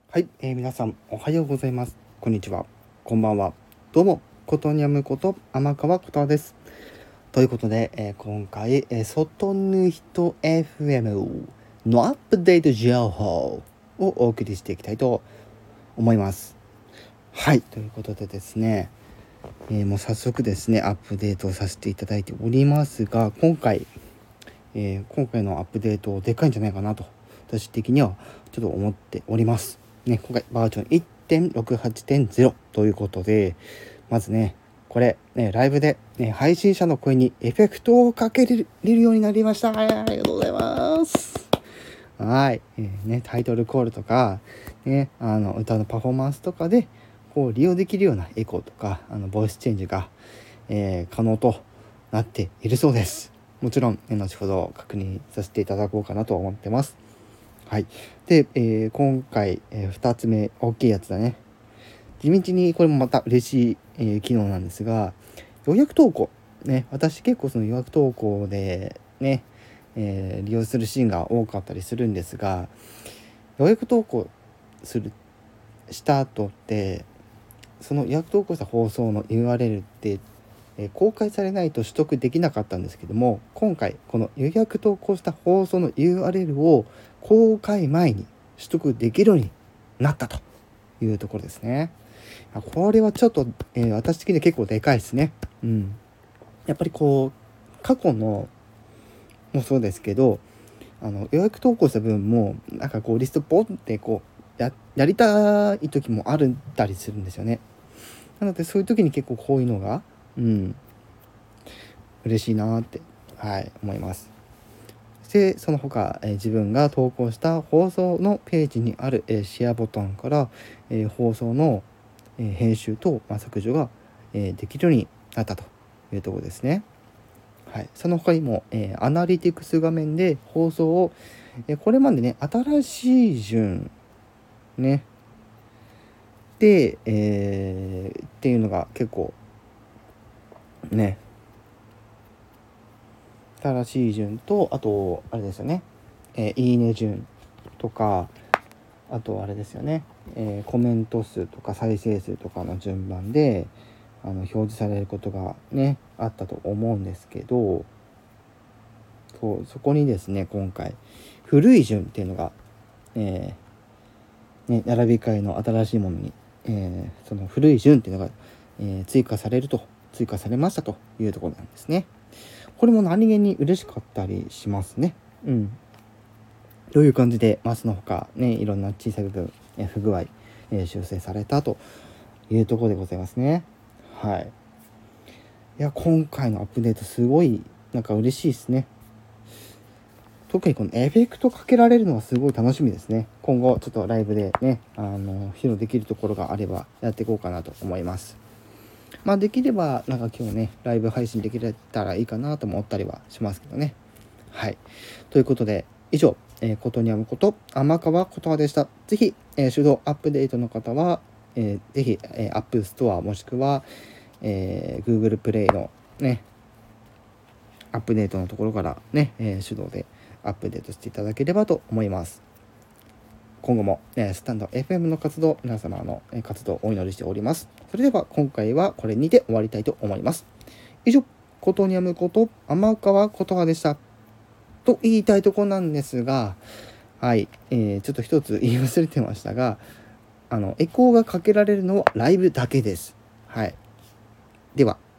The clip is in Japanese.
はい、皆さんおはようございます。こんにちは。こんばんは。どうも、ことにゃむこと天川ことです。ということで、今回、外ぬ人 FM のアップデート情報をお送りしていきたいと思います。はい、ということでですね、もう早速ですね、アップデートをさせていただいておりますが、今回のアップデートでかいんじゃないかなと私的にはちょっと思っておりますね。今回バージョン 1.68.0 ということで、まずねこれねライブで、ね、配信者の声にエフェクトをかけれるようになりました。ありがとうございます。はい、タイトルコールとか、ね、歌のパフォーマンスとかでこう利用できるようなエコーとかボイスチェンジが、可能となっているそうです。もちろん、後ほど確認させていただこうかなと思ってます。はい。で、今回、2つ目大きいやつだね。地道にこれもまた嬉しい、機能なんですが、予約投稿ね、私結構その予約投稿でね、利用するシーンが多かったりするんですが、予約投稿した後ってその予約投稿した放送の URL って公開されないと取得できなかったんですけども、今回この予約投稿した放送の URL を公開前に取得できるようになったというところですね。これはちょっと、私的には結構でかいですね。やっぱりこう過去のもそうですけど、予約投稿した分もなんかこうリストポンってこうやりたい時もあるたりするんですよね。なのでそういう時に結構こういうのが嬉しいなって、思います。でその他、自分が投稿した放送のページにある、シェアボタンから、放送の、編集と、削除が、できるようになったというところですね。はい、その他にも、アナリティクス画面で放送を、これまでね新しい順ねで、っていうのが結構ね、新しい順と、あとあれですよね、いいね順とか、あとあれですよね、コメント数とか再生数とかの順番で表示されることがねあったと思うんですけど、そこにですね今回古い順っていうのが、並び替えの新しいものに、その古い順っていうのが、追加されましたというところなんですね。これも何気に嬉しかったりしますね。という感じで、その他ねいろんな小さい部分、不具合、修正されたというところでございますね。はい。いや今回のアップデートすごいなんか嬉しいですね。特にこのエフェクトかけられるのはすごい楽しみですね。今後ちょっとライブでね披露できるところがあればやっていこうかなと思います。できればなんか今日ねライブ配信できたらいいかなと思ったりはしますけどね。はい。ということで以上、ことにゃむこと天川ことはでした。ぜひ、手動アップデートの方は、ぜひ、アップストアもしくは、Google プレイのねアップデートのところからね、手動でアップデートしていただければと思います。今後も、スタンド FM の活動、皆様の活動をお祈りしております。それでは今回はこれにて終わりたいと思います。以上、ことにゃむこと天川ことはでした。と言いたいところなんですが、はい、ちょっと一つ言い忘れてましたが、エコーがかけられるのはライブだけです。はい。では。